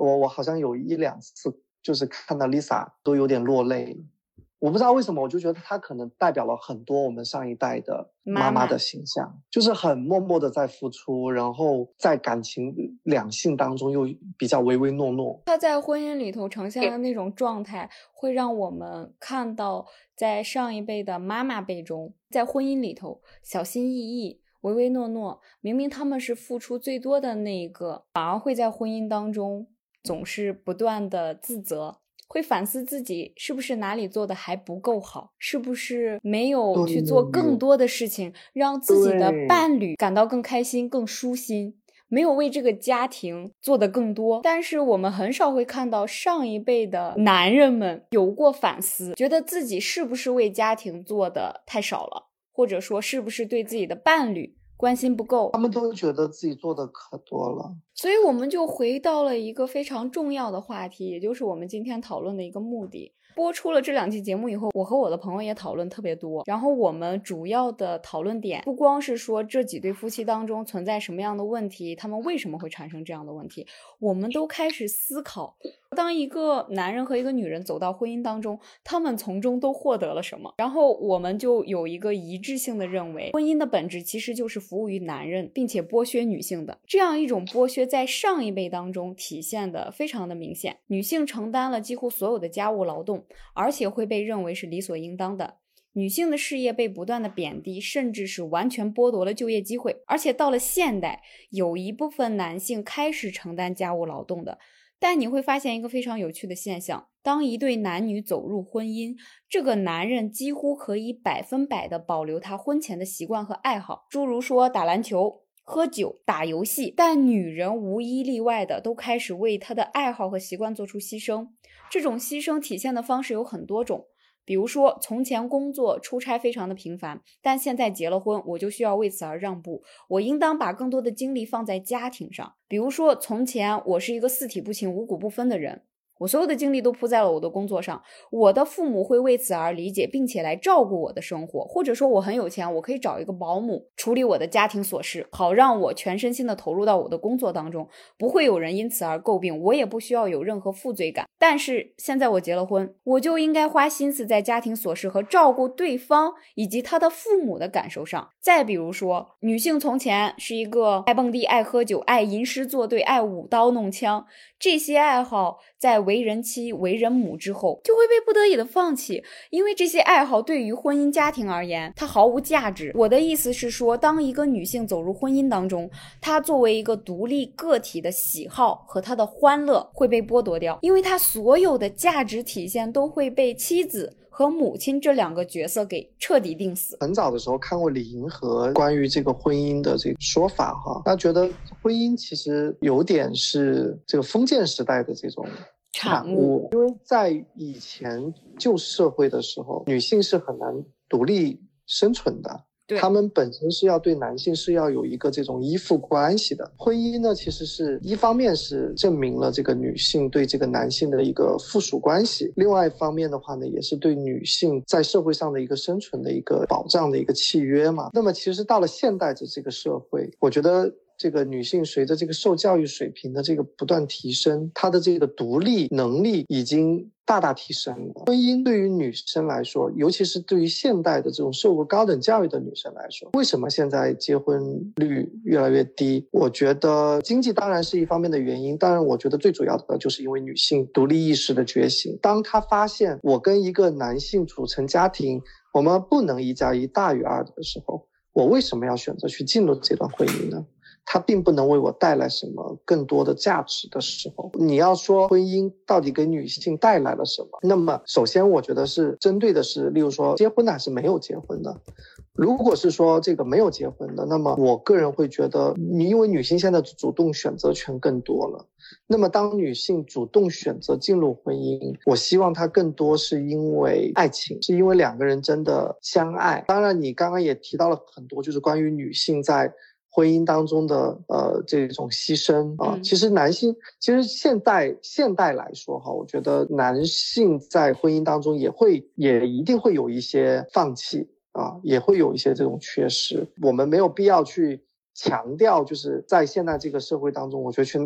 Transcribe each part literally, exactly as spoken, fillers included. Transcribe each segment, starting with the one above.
我我好像有一两次就是看到 Lisa 都有点落泪。我不知道为什么，我就觉得她可能代表了很多我们上一代的妈妈的形象，妈妈就是很默默的在付出，然后在感情两性当中又比较唯唯诺诺。 她在婚姻里头呈现的那种状态，会让我们看到在上一辈的妈妈辈中，在婚姻里头小心翼翼、唯唯诺诺，明明他们是付出最多的那一个，反而会在婚姻当中总是不断的自责，会反思自己是不是哪里做的还不够好，是不是没有去做更多的事情让自己的伴侣感到更开心更舒心，没有为这个家庭做得更多。但是我们很少会看到上一辈的男人们有过反思，觉得自己是不是为家庭做的太少了，或者说是不是对自己的伴侣关心不够， 他们都觉得自己做的可多了。 所以我们就回到了一个非常重要的话题，也就是我们今天讨论的一个目的。播出了这两期节目以后，我和我的朋友也讨论特别多，然后我们主要的讨论点不光是说这几对夫妻当中存在什么样的问题，他们为什么会产生这样的问题，我们都开始思考，当一个男人和一个女人走到婚姻当中，他们从中都获得了什么。然后我们就有一个一致性的认为，婚姻的本质其实就是服务于男人并且剥削女性的。这样一种剥削在上一辈当中体现的非常的明显，女性承担了几乎所有的家务劳动，而且会被认为是理所应当的。女性的事业被不断的贬低，甚至是完全剥夺了就业机会。而且到了现代，有一部分男性开始承担家务劳动的。但你会发现一个非常有趣的现象，当一对男女走入婚姻，这个男人几乎可以百分百的保留他婚前的习惯和爱好，诸如说打篮球、喝酒、打游戏，但女人无一例外的都开始为她的爱好和习惯做出牺牲。这种牺牲体现的方式有很多种，比如说从前工作出差非常的频繁，但现在结了婚，我就需要为此而让步，我应当把更多的精力放在家庭上。比如说从前我是一个四体不勤五谷不分的人，我所有的精力都扑在了我的工作上，我的父母会为此而理解并且来照顾我的生活，或者说我很有钱，我可以找一个保姆处理我的家庭琐事，好让我全身心的投入到我的工作当中，不会有人因此而诟病，我也不需要有任何负罪感。但是现在我结了婚，我就应该花心思在家庭琐事和照顾对方以及他的父母的感受上。再比如说，女性从前是一个爱蹦迪、爱喝酒、爱吟诗作对、爱舞刀弄枪，这些爱好在为人妻、为人母之后就会被不得已的放弃，因为这些爱好对于婚姻家庭而言它毫无价值。我的意思是说，当一个女性走入婚姻当中，她作为一个独立个体的喜好和她的欢乐会被剥夺掉，因为她所有的价值体现都会被妻子和母亲这两个角色给彻底定死。 很早的时候看过李银河关于这个婚姻的这个说法哈，他觉得婚姻其实有点是这个封建时代的这种产物，因为在以前旧社会的时候，女性是很难独立生存的。他们本身是要对男性是要有一个这种依附关系的。婚姻呢，其实是一方面是证明了这个女性对这个男性的一个附属关系，另外一方面的话呢，也是对女性在社会上的一个生存的一个保障的一个契约嘛。那么其实到了现代的这个社会，我觉得这个女性随着这个受教育水平的这个不断提升，她的这个独立能力已经大大提升了。婚姻对于女生来说，尤其是对于现代的这种受过高等教育的女生来说，为什么现在结婚率越来越低？我觉得经济当然是一方面的原因，当然我觉得最主要的就是因为女性独立意识的觉醒。当她发现我跟一个男性组成家庭，我们不能一加一大于二的时候，我为什么要选择去进入这段婚姻呢？它并不能为我带来什么更多的价值的时候，你要说婚姻到底给女性带来了什么，那么首先我觉得是针对的是例如说结婚的还是没有结婚的。如果是说这个没有结婚的，那么我个人会觉得，因为女性现在主动选择权更多了，那么当女性主动选择进入婚姻，我希望她更多是因为爱情，是因为两个人真的相爱。当然你刚刚也提到了很多就是关于女性在婚姻当中的呃这种牺牲啊，其实男性其实现代现代来说哈，我觉得男性在婚姻当中也会也一定会有一些放弃啊，也会有一些这种缺失。我们没有必要去强调，就是在现在这个社会当中，我觉得去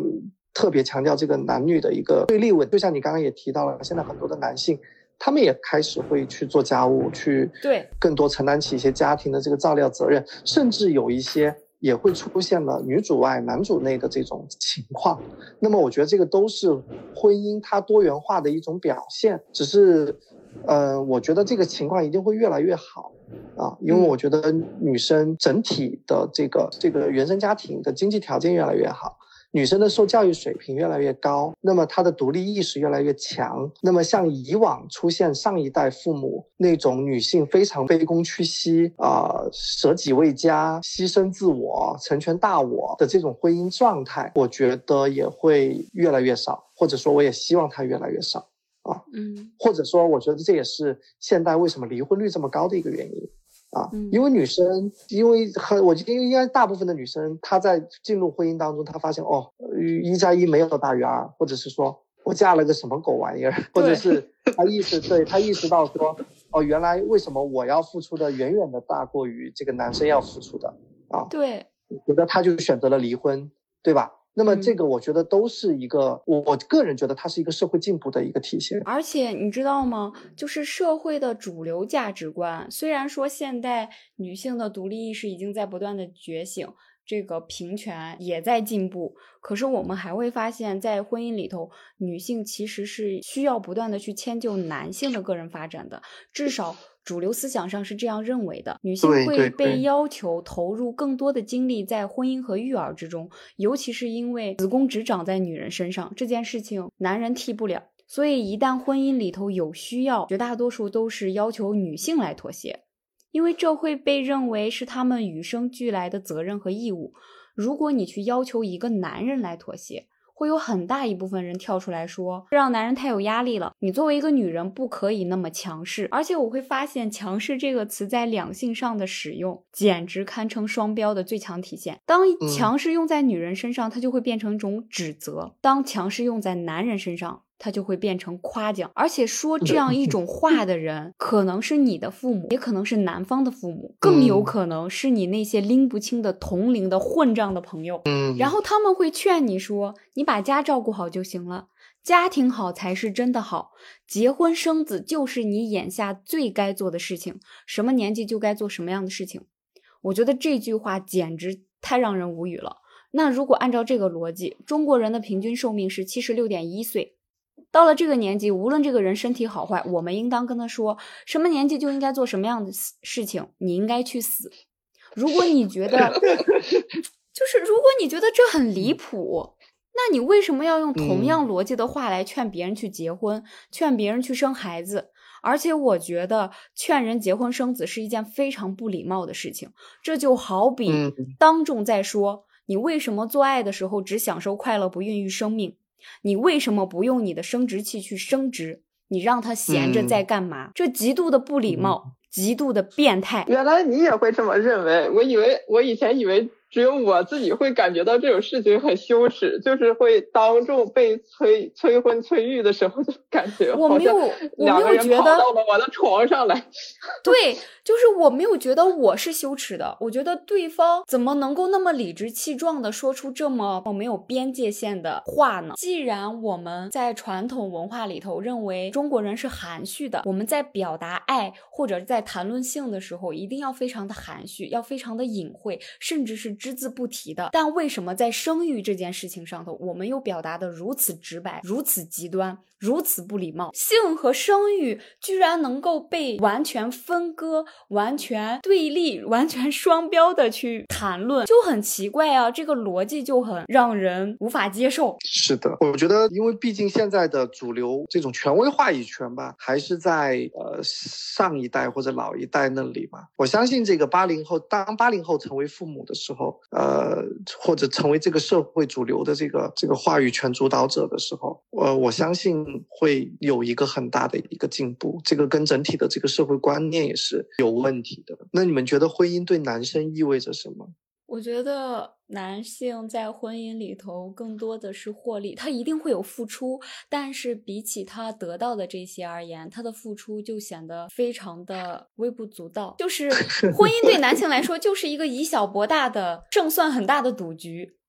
特别强调这个男女的一个对立问题。就像你刚刚也提到了，现在很多的男性他们也开始会去做家务，去对更多承担起一些家庭的这个照料责任，甚至有一些也会出现了女主外男主内的这种情况。那么我觉得这个都是婚姻它多元化的一种表现，只是呃，我觉得这个情况一定会越来越好啊，因为我觉得女生整体的这个这个原生家庭的经济条件越来越好，女生的受教育水平越来越高，那么她的独立意识越来越强。那么像以往出现上一代父母那种女性非常卑躬屈膝啊、呃，舍己为家、牺牲自我、成全大我的这种婚姻状态，我觉得也会越来越少，或者说我也希望它越来越少啊。嗯，或者说我觉得这也是现代为什么离婚率这么高的一个原因。啊，因为女生，因为很，我觉得应该大部分的女生，她在进入婚姻当中，她发现哦，一加一没有大于二，或者是说我嫁了个什么狗玩意儿，或者是她意识对她意识到说，哦，原来为什么我要付出的远远的大过于这个男生要付出的啊？ 对， 我觉得她就选择了离婚，对吧？那么这个我觉得都是一个、嗯、我我个人觉得它是一个社会进步的一个体现。 而且你知道吗，就是社会的主流价值观，虽然说现代女性的独立意识已经在不断的觉醒，这个平权也在进步，可是我们还会发现在婚姻里头，女性其实是需要不断的去迁就男性的个人发展的，至少主流思想上是这样认为的，女性会被要求投入更多的精力在婚姻和育儿之中，尤其是因为子宫只长在女人身上，这件事情男人替不了，所以一旦婚姻里头有需要，绝大多数都是要求女性来妥协，因为这会被认为是他们与生俱来的责任和义务。如果你去要求一个男人来妥协，会有很大一部分人跳出来说，这让男人太有压力了，你作为一个女人不可以那么强势。而且我会发现强势这个词在两性上的使用简直堪称双标的最强体现。当强势用在女人身上，它就会变成一种指责，当强势用在男人身上，它就会变成夸奖。而且说这样一种话的人可能是你的父母，也可能是男方的父母，更有可能是你那些拎不清的同龄的混账的朋友。然后他们会劝你说，你把家照顾好就行了，家庭好才是真的好，结婚生子就是你眼下最该做的事情，什么年纪就该做什么样的事情。我觉得这句话简直太让人无语了。那如果按照这个逻辑，中国人的平均寿命是 七十六点一岁，到了这个年纪，无论这个人身体好坏，我们应当跟他说，什么年纪就应该做什么样的事情，你应该去死。如果你觉得就是如果你觉得这很离谱，那你为什么要用同样逻辑的话来劝别人去结婚、嗯、劝别人去生孩子？而且我觉得劝人结婚生子是一件非常不礼貌的事情，这就好比当众在说、嗯、你为什么做爱的时候只享受快乐不孕育生命，你为什么不用你的生殖器去生殖，你让它闲着在干嘛、嗯、这极度的不礼貌、嗯、极度的变态。 原来你也会这么认为，我以为我以前以为只有我自己会感觉到这种事情很羞耻，就是会当众被催催婚催育的时候，就感觉我没有两个人跑到了我的床上来。 对，就是我没有觉得我是羞耻的，我觉得对方怎么能够那么理直气壮的说出这么没有边界线的话呢？既然我们在传统文化里头认为中国人是含蓄的，我们在表达爱或者在谈论性的时候一定要非常的含蓄，要非常的隐晦，甚至是只字不提的。但为什么在生育这件事情上头，我们又表达的如此直白，如此极端，如此不礼貌？性和生育居然能够被完全分割，完全对立，完全双标的去谈论，就很奇怪啊，这个逻辑就很让人无法接受。 是的，我觉得因为毕竟现在的主流这种权威话语权吧，还是在呃上一代或者老一代那里嘛。我相信这个八零后，当八零后成为父母的时候，呃，或者成为这个社会主流的这个这个话语权主导者的时候，呃，我相信会有一个很大的一个进步，这个跟整体的这个社会观念也是有问题的。那你们觉得婚姻对男生意味着什么？ 我觉得男性在婚姻里头更多的是获利，他一定会有付出，但是比起他得到的这些而言，他的付出就显得非常的微不足道。就是婚姻对男性来说就是一个以小博大的胜算很大的赌局，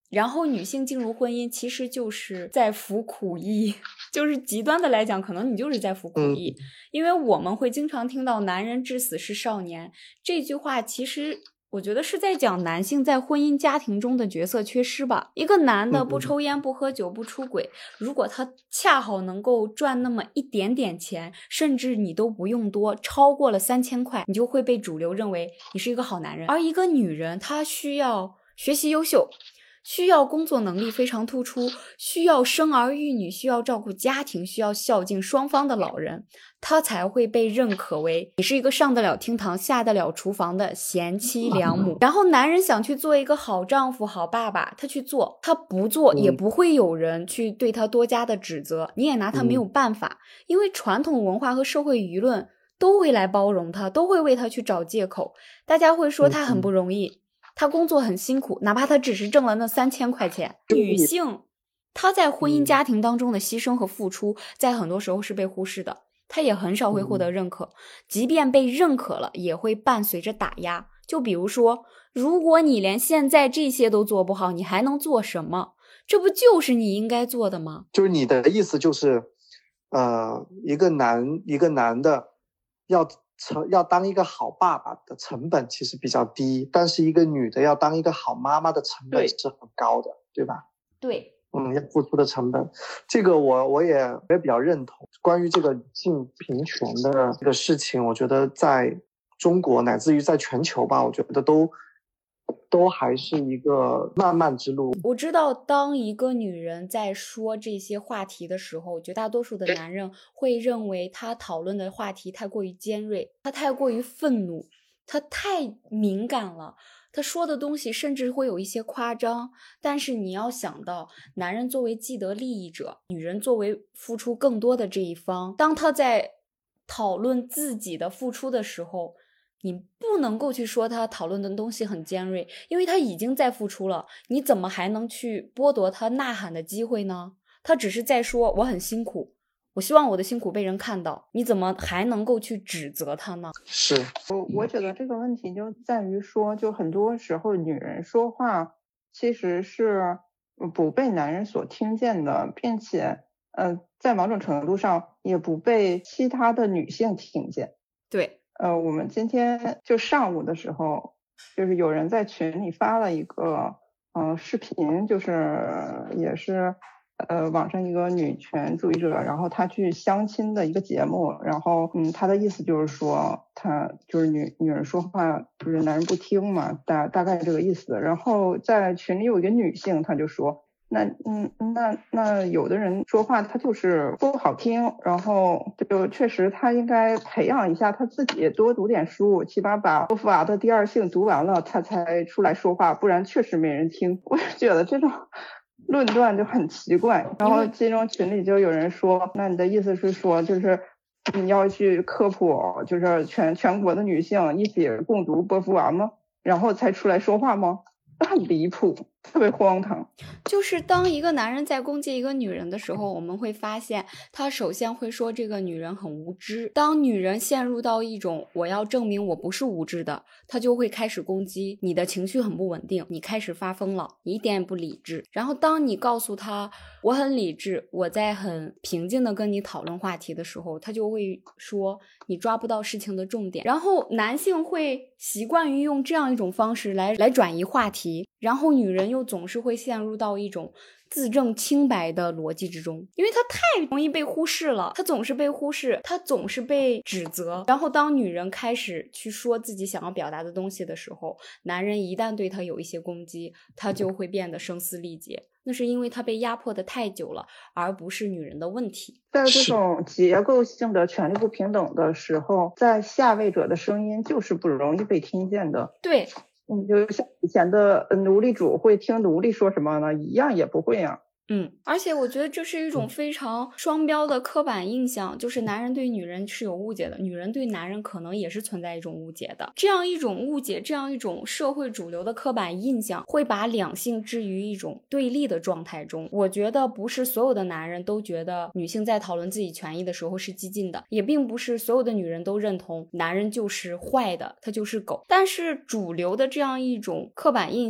然后女性进入婚姻其实就是在服苦役，就是极端的来讲可能你就是在服苦役、嗯、因为我们会经常听到男人至死是少年，这句话其实我觉得是在讲男性在婚姻家庭中的角色缺失吧。一个男的不抽烟不喝酒不出轨，如果他恰好能够赚那么一点点钱，甚至你都不用多，超过了三千块，你就会被主流认为你是一个好男人。而一个女人她需要学习优秀，需要工作能力非常突出，需要生儿育女，需要照顾家庭，需要孝敬双方的老人，他才会被认可为你是一个上得了厅堂下得了厨房的贤妻良母。然后男人想去做一个好丈夫好爸爸，他去做，他不做也不会有人去对他多加的指责，你也拿他没有办法，因为传统文化和社会舆论都会来包容他，都会为他去找借口，大家会说他很不容易，他工作很辛苦，哪怕他只是挣了那三千块钱。女性她在婚姻家庭当中的牺牲和付出在很多时候是被忽视的，她也很少会获得认可，即便被认可了也会伴随着打压。就比如说，如果你连现在这些都做不好，你还能做什么？这不就是你应该做的吗？ 就是你的意思就是呃，一个男一个男的要成要当一个好爸爸的成本其实比较低，但是一个女的要当一个好妈妈的成本是很高的， 对, 对吧？ 对， 嗯，要付出的成本，这个我我也也比较认同。关于这个性平权的这个事情，我觉得在中国乃至于在全球吧，我觉得都都还是一个漫漫之路。 我知道当一个女人在说这些话题的时候，绝大多数的男人会认为她讨论的话题太过于尖锐，她太过于愤怒，她太敏感了，她说的东西甚至会有一些夸张。但是你要想到，男人作为既得利益者，女人作为付出更多的这一方，当他在讨论自己的付出的时候，你不能够去说他讨论的东西很尖锐，因为他已经在付出了，你怎么还能去剥夺他呐喊的机会呢？他只是在说我很辛苦，我希望我的辛苦被人看到，你怎么还能够去指责他呢？ 是我我觉得这个问题就在于说，就很多时候女人说话其实是不被男人所听见的，并且呃，在某种程度上也不被其他的女性听见。 对。 呃，我们今天就上午的时候，就是有人在群里发了一个呃视频，就是也是呃网上一个女权主义者，然后她去相亲的一个节目，然后嗯，她的意思就是说，她就是女女人说话就是男人不听嘛，大大概这个意思。然后在群里有一个女性，她就说。那嗯那那有的人说话他就是不好听，然后就确实他应该培养一下他自己，多读点书，起码把波伏娃的第二性读完了，他才出来说话，不然确实没人听。我觉得这种论断就很奇怪。然后其中群里就有人说，那你的意思是说，就是你要去科普，就是全全国的女性一起共读波伏娃吗？然后才出来说话吗？很离谱，特别荒唐。 就是当一个男人在攻击一个女人的时候，我们会发现他首先会说这个女人很无知。当女人陷入到一种我要证明我不是无知的，他就会开始攻击你的情绪很不稳定，你开始发疯了，你一点也不理智。然后当你告诉他我很理智，我在很平静的跟你讨论话题的时候，他就会说你抓不到事情的重点。然后男性会习惯于用这样一种方式来来转移话题，然后女人又总是会陷入到一种自证清白的逻辑之中，因为她太容易被忽视了，她总是被忽视，她总是被指责。然后当女人开始去说自己想要表达的东西的时候，男人一旦对她有一些攻击，她就会变得声嘶力竭，那是因为她被压迫的太久了，而不是女人的问题。 在这种结构性的权力不平等的时候，在下位者的声音就是不容易被听见的。 对， 你就像以前的奴隶主会听奴隶说什么呢？一样也不会啊。 嗯，而且我觉得这是一种非常双标的刻板印象，就是男人对女人是有误解的，女人对男人可能也是存在一种误解的。这样一种误解，这样一种社会主流的刻板印象，会把两性置于一种对立的状态中。我觉得不是所有的男人都觉得女性在讨论自己权益的时候是激进的，也并不是所有的女人都认同男人就是坏的，他就是狗。但是主流的这样一种刻板印象，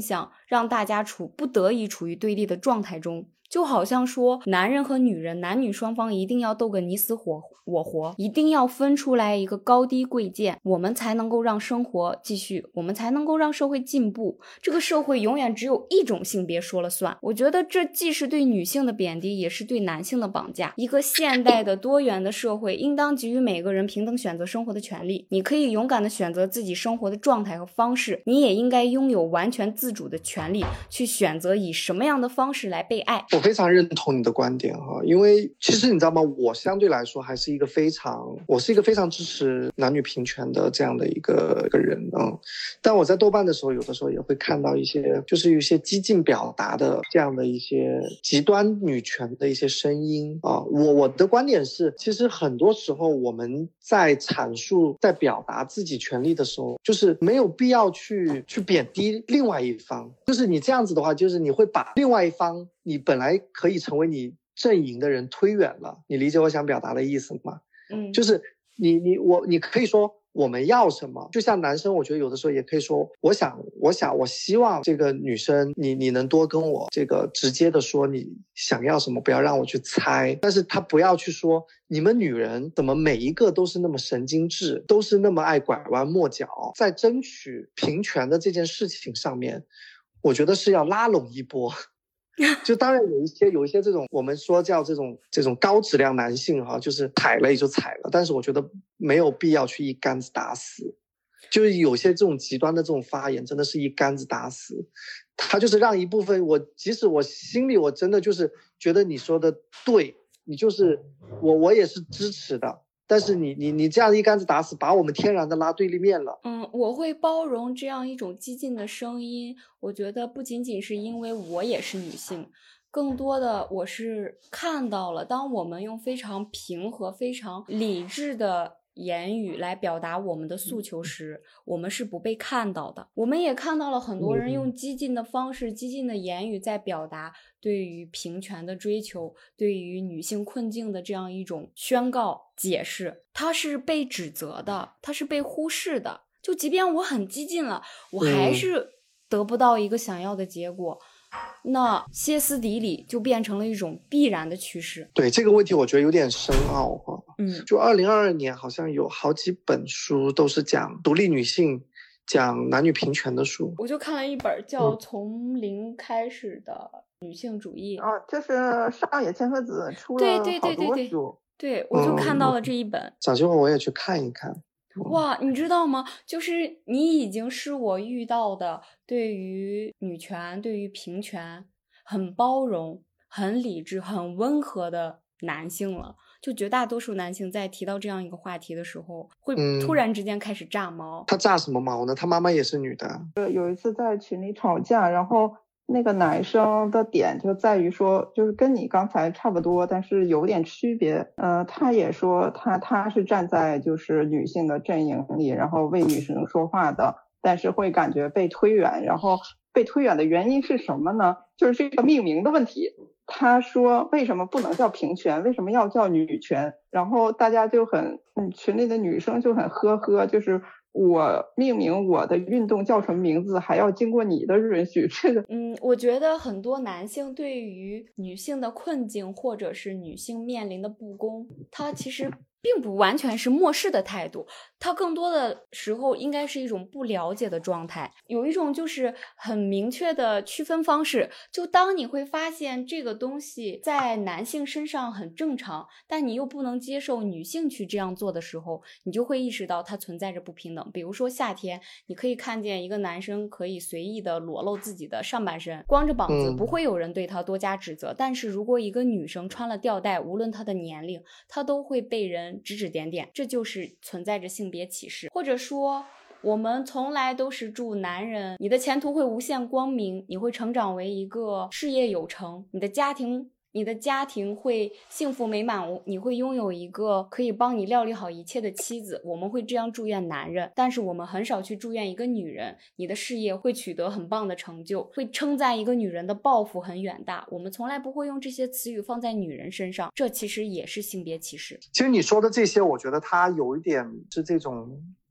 让大家处不得已处于对立的状态中。就好像说男人和女人，男女双方一定要斗个你死我我活，一定要分出来一个高低贵贱，我们才能够让生活继续，我们才能够让社会进步。这个社会永远只有一种性别说了算。我觉得这既是对女性的贬低，也是对男性的绑架。一个现代的多元的社会应当给予每个人平等选择生活的权利，你可以勇敢地选择自己生活的状态和方式，你也应该拥有完全自主的权利去选择以什么样的方式来被爱。 我非常认同你的观点哈，因为其实你知道吗，我相对来说还是一个非常我是一个非常支持男女平权的这样的一个一个人啊。但我在豆瓣的时候，有的时候也会看到一些就是有一些激进表达的这样的一些极端女权的一些声音啊。我我的观点是，其实很多时候我们在阐述在表达自己权利的时候，就是没有必要去去贬低另外一方，就是你这样子的话，就是你会把另外一方你本来可以成为你阵营的人推远了。你理解我想表达的意思吗？ 嗯， 就是你你我你可以说我们要什么，就像男生我觉得有的时候也可以说我想我想我希望这个女生你你能多跟我这个直接的说你想要什么，不要让我去猜。但是他不要去说你们女人怎么每一个都是那么神经质，都是那么爱拐弯抹角。在争取平权的这件事情上面，我觉得是要拉拢一波。就当然有一些有一些这种我们说叫这种这种高质量男性哈，就是踩了也就踩了，但是我觉得没有必要去一竿子打死。就是有些这种极端的这种发言真的是一竿子打死，他就是让一部分我即使我心里我真的就是觉得你说的对，你就是我我也是支持的，但是你你你这样一竿子打死，把我们天然的拉对立面了。 嗯，我会包容这样一种激进的声音。我觉得不仅仅是因为我也是女性，更多的我是看到了，当我们用非常平和、非常理智的言语来表达我们的诉求时，我们是不被看到的。我们也看到了很多人用激进的方式、激进的言语在表达对于平权的追求，对于女性困境的这样一种宣告解释，它是被指责的，它是被忽视的。就即便我很激进了，我还是得不到一个想要的结果，那歇斯底里就变成了一种必然的趋势。 对这个问题我觉得有点深奥哈。 嗯， 就二零二二年好像有好几本书都是讲独立女性、讲男女平权的书。 我就看了一本叫《从零开始的女性主义》。 哦，这是上野千鹤子出了好多书。 对对对对对，对，我就看到了这一本。 嗯、找机会我也去看一看。 哇，你知道吗？就是你已经是我遇到的对于女权、对于平权很包容、很理智、很温和的男性了。就绝大多数男性在提到这样一个话题的时候，会突然之间开始炸毛。 嗯、他炸什么毛呢？他妈妈也是女的。 有一次在群里吵架，然后那个男生的点就在于说，就是跟你刚才差不多，但是有点区别。呃，他也说他他是站在就是女性的阵营里，然后为女生说话的，但是会感觉被推远。然后被推远的原因是什么呢？就是这个命名的问题。他说为什么不能叫平权，为什么要叫女权？然后大家就很嗯，群里的女生就很呵呵，就是我命名我的运动叫什么名字还要经过你的允许。这个嗯，我觉得很多男性对于女性的困境或者是女性面临的不公，他其实并不完全是漠视的态度，他更多的时候应该是一种不了解的状态。有一种就是很明确的区分方式，就当你会发现这个东西在男性身上很正常，但你又不能接受女性去这样做的时候，你就会意识到它存在着不平等。比如说夏天，你可以看见一个男生可以随意的裸露自己的上半身，光着膀子，不会有人对他多加指责、嗯、但是如果一个女生穿了吊带，无论她的年龄，她都会被人指指点点，这就是存在着性别歧视。或者说我们从来都是祝男人你的前途会无限光明，你会成长为一个事业有成，你的家庭你的家庭会幸福美满，你会拥有一个可以帮你料理好一切的妻子，我们会这样祝愿男人。但是我们很少去祝愿一个女人你的事业会取得很棒的成就，会称赞一个女人的抱负很远大，我们从来不会用这些词语放在女人身上，这其实也是性别歧视。 其实你说的这些我觉得它有一点是这种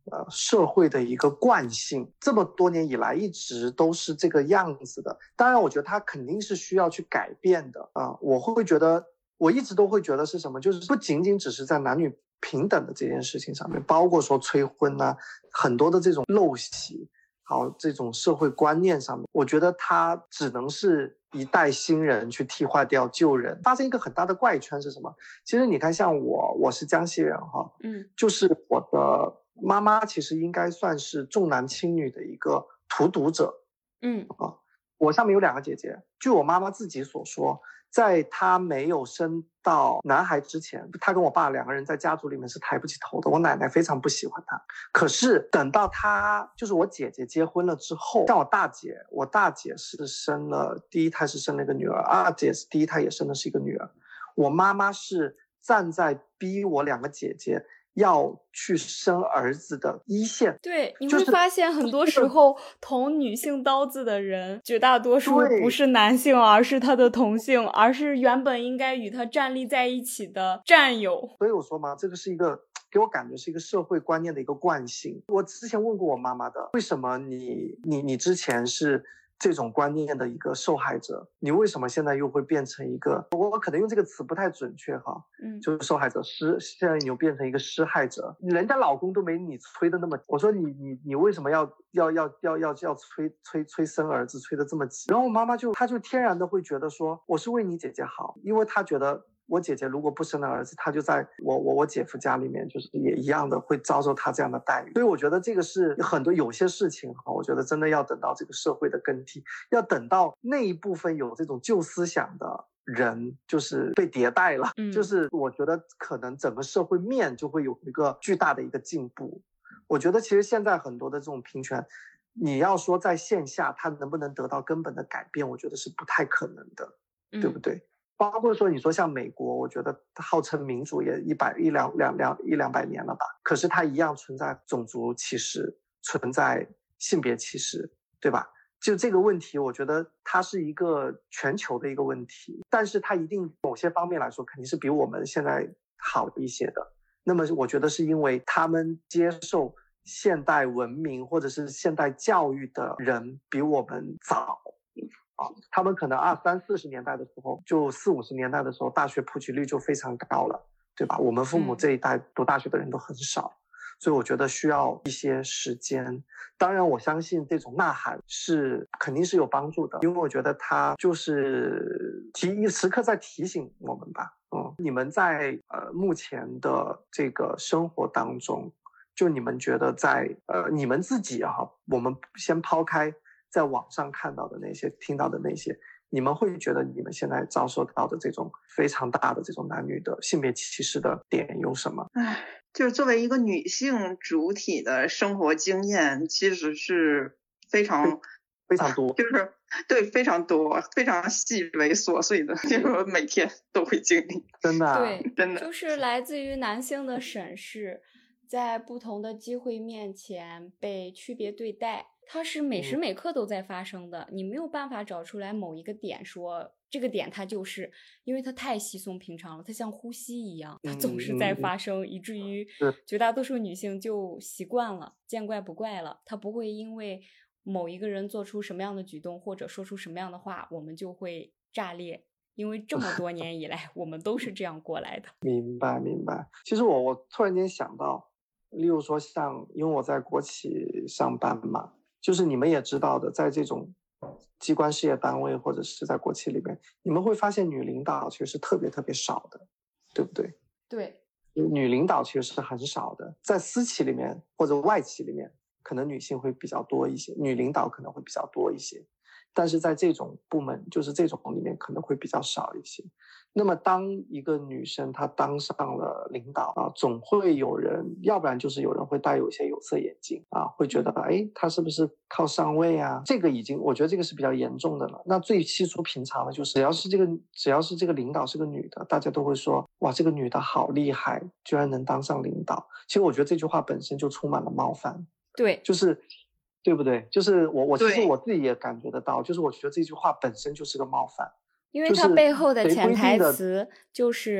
呃社会的一个惯性，这么多年以来一直都是这个样子的。当然我觉得它肯定是需要去改变的啊、呃，我会觉得我一直都会觉得是什么，就是不仅仅只是在男女平等的这件事情上面，包括说催婚啊，很多的这种陋习，好，这种社会观念上面，我觉得它只能是一代新人去替换掉旧人。发生一个很大的怪圈是什么？其实你看，像我，我是江西人哈， 嗯， 就是我的妈妈其实应该算是重男轻女的一个荼毒者， 嗯啊，我上面有两个姐姐，据我妈妈自己所说，在她没有生到男孩之前，她跟我爸两个人在家族里面是抬不起头的。我奶奶非常不喜欢她，可是等到她就是我姐姐结婚了之后，像我大姐，我大姐是生了第一胎是生了一个女儿，二姐是第一胎也生的是一个女儿。我妈妈是站在逼我两个姐姐要去生儿子的一线。 对，你会就是发现很多时候捅女性刀子的人，绝大多数不是男性，而是他的同性，而是原本应该与他站立在一起的战友。 所以我说嘛，这个是一个给我感觉是一个社会观念的一个惯性。我之前问过我妈妈的，为什么你你你之前是这种观念的一个受害者，你为什么现在又会变成一个，我可能用这个词不太准确哈， 嗯， 就是受害者施，现在你又变成一个施害者，人家老公都没你催的那么，我说你你你为什么要要要要要要催催催生儿子催得这么急？然后我妈妈就她就天然的会觉得说，我是为你姐姐好，因为她觉得我姐姐如果不生了儿子，她就在我我我姐夫家里面，就是也一样的会遭受她这样的待遇。所以我觉得这个是很多有些事情哈，我觉得真的要等到这个社会的更替，要等到那一部分有这种旧思想的人就是被迭代了， 嗯， 就是我觉得可能整个社会面就会有一个巨大的一个进步。我觉得其实现在很多的这种平权，你要说在线下它能不能得到根本的改变，我觉得是不太可能的， 嗯， 对不对？包括说你说像美国，我觉得号称民主也一百一两两两一两百年了吧，可是它一样存在种族歧视，存在性别歧视，对吧？就这个问题，我觉得它是一个全球的一个问题，但是它一定某些方面来说肯定是比我们现在好一些的。那么我觉得是因为他们接受现代文明或者是现代教育的人比我们早。啊，他们可能二三四十年代的时候，就四五十年代的时候，大学普及率就非常高了，对吧？我们父母这一代读大学的人都很少，嗯，所以我觉得需要一些时间。当然，我相信这种呐喊是肯定是有帮助的，因为我觉得它就是提时刻在提醒我们吧。嗯，你们在呃目前的这个生活当中，就你们觉得在呃你们自己啊，我们先抛开在网上看到的那些听到的那些，你们会觉得你们现在遭受到的这种非常大的这种男女的性别歧视的点有什么？ 唉，就是作为一个女性主体的生活经验其实是非常非常多， 就是对非常多非常细微琐碎的，就是我每天都会经历。 真的、啊、 对， 真的就是来自于男性的审视，在不同的机会面前被区别对待，它是每时每刻都在发生的，嗯，你没有办法找出来某一个点说这个点它就是因为它太稀松平常了，它像呼吸一样，它总是在发生，嗯，以至于绝大多数女性就习惯了，见怪不怪了，它不会因为某一个人做出什么样的举动或者说出什么样的话我们就会炸裂，因为这么多年以来我们都是这样过来的。 明白明白。其实我我突然间想到，例如说像因为我在国企上班嘛，就是你们也知道的，在这种机关事业单位或者是在国企里面，你们会发现女领导其实是特别特别少的，对不对？ 对， 女领导其实是很少的，在私企里面或者外企里面可能女性会比较多一些，女领导可能会比较多一些，但是在这种部门就是这种里面可能会比较少一些。那么当一个女生她当上了领导啊，总会有人，要不然就是有人会戴有一些有色眼镜啊，会觉得哎，她是不是靠上位啊？这个已经我觉得这个是比较严重的了。那最稀疏平常的就是只要是这个只要是这个领导是个女的，大家都会说哇，这个女的好厉害，居然能当上领导。其实我觉得这句话本身就充满了冒犯。 对， 就是对不对？就是我我其实我自己也感觉得到，就是我觉得这句话本身就是个冒犯， 因为它背后的潜台词就是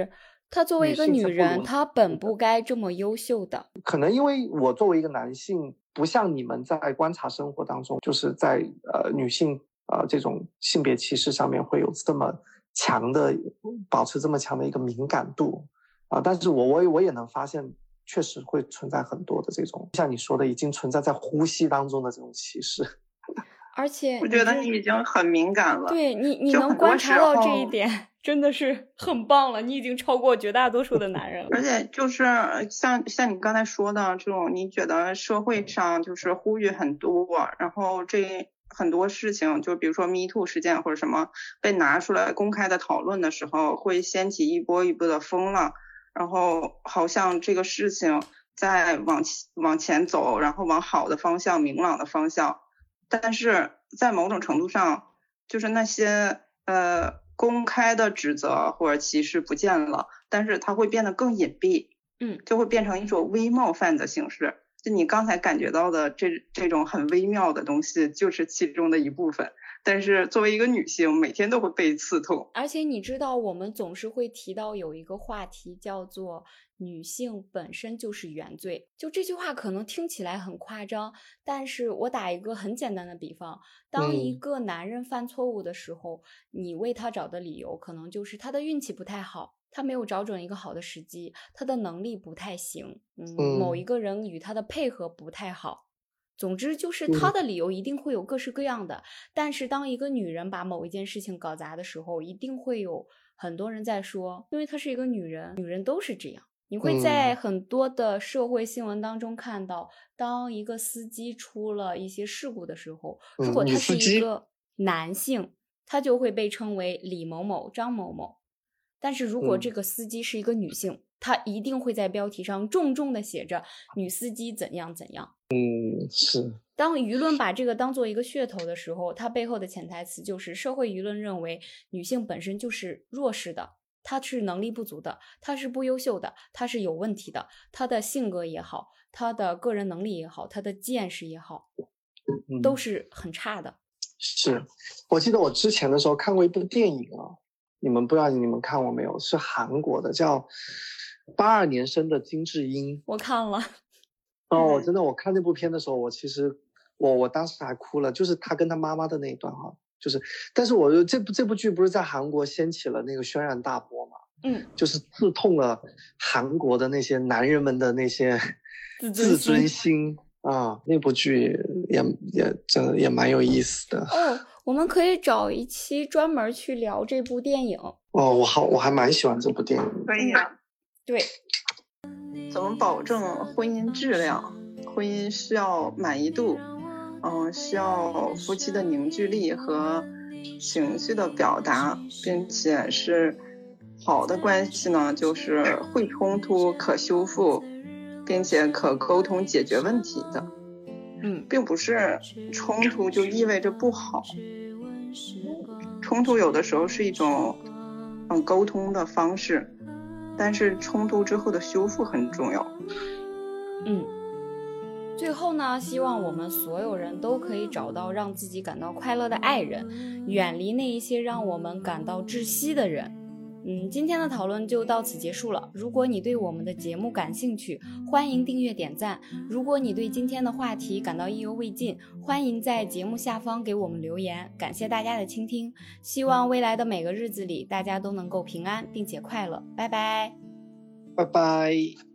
她作为一个女人，她本不该这么优秀的。 可能因为我作为一个男性，不像你们在观察生活当中，就是在呃女性呃这种性别歧视上面会有这么强的保持这么强的一个敏感度啊、呃，但是我我我也能发现，确实会存在很多的这种像你说的已经存在在呼吸当中的这种歧视。 而且我觉得你已经很敏感了， 对你你能观察到这一点真的是很棒了，你已经超过绝大多数的男人了。 而且就是像像你刚才说的这种，你觉得社会上就是呼吁很多，然后这很多事情就比如说 Me Too 事件或者什么被拿出来公开的讨论的时候，会掀起一波一波的风浪，然后好像这个事情在往往前走，然后往好的方向明朗的方向，但是在某种程度上就是那些呃公开的指责或者歧视不见了，但是它会变得更隐蔽， 嗯， 就会变成一种微冒犯的形式，就你刚才感觉到的这这种很微妙的东西就是其中的一部分，但是作为一个女性每天都会被刺痛。 而且你知道我们总是会提到有一个话题叫做女性本身就是原罪，就这句话可能听起来很夸张，但是我打一个很简单的比方，当一个男人犯错误的时候、嗯、你为他找的理由可能就是他的运气不太好，他没有找准一个好的时机，他的能力不太行， 嗯, 嗯某一个人与他的配合不太好，总之就是他的理由一定会有各式各样的、嗯、但是当一个女人把某一件事情搞砸的时候，一定会有很多人在说，因为她是一个女人，女人都是这样。你会在很多的社会新闻当中看到、嗯、当一个司机出了一些事故的时候、嗯、如果他是一个男性，他就会被称为李某某、张某某，但是如果这个司机是一个女性、嗯、他一定会在标题上重重的写着女司机怎样怎样。 嗯，是。 当舆论把这个当做一个噱头的时候，它背后的潜台词就是社会舆论认为女性本身就是弱势的，她是能力不足的，她是不优秀的，她是有问题的，她的性格也好，她的个人能力也好，她的见识也好、嗯、都是很差的。 是，我记得我之前的时候看过一部电影啊，你们不知道你们看过没有，是韩国的，叫八二年生的金智英。 我看了。 哦，我真的我看那部片的时候，我其实我我当时还哭了，就是他跟他妈妈的那一段哈，就是但是我这部这部剧不是在韩国掀起了那个轩然大波嘛， 嗯， 就是刺痛了韩国的那些男人们的那些自尊心啊，那部剧也也真的也蛮有意思的。 哦，我们可以找一期专门去聊这部电影。 哦，我好我还蛮喜欢这部电影。 可以啊。 对。 怎么保证婚姻质量？婚姻需要满意度，嗯，需要夫妻的凝聚力和情绪的表达，并且是好的关系呢，就是会冲突、可修复，并且可沟通解决问题的。 嗯， 并不是冲突就意味着不好，冲突有的时候是一种嗯沟通的方式。但是冲突之后的修复很重要。 嗯，最后呢，希望我们所有人都可以找到让自己感到快乐的爱人，远离那一些让我们感到窒息的人。嗯，今天的讨论就到此结束了。如果你对我们的节目感兴趣，欢迎订阅点赞。如果你对今天的话题感到意犹未尽，欢迎在节目下方给我们留言。感谢大家的倾听，希望未来的每个日子里大家都能够平安并且快乐。拜拜。 拜拜。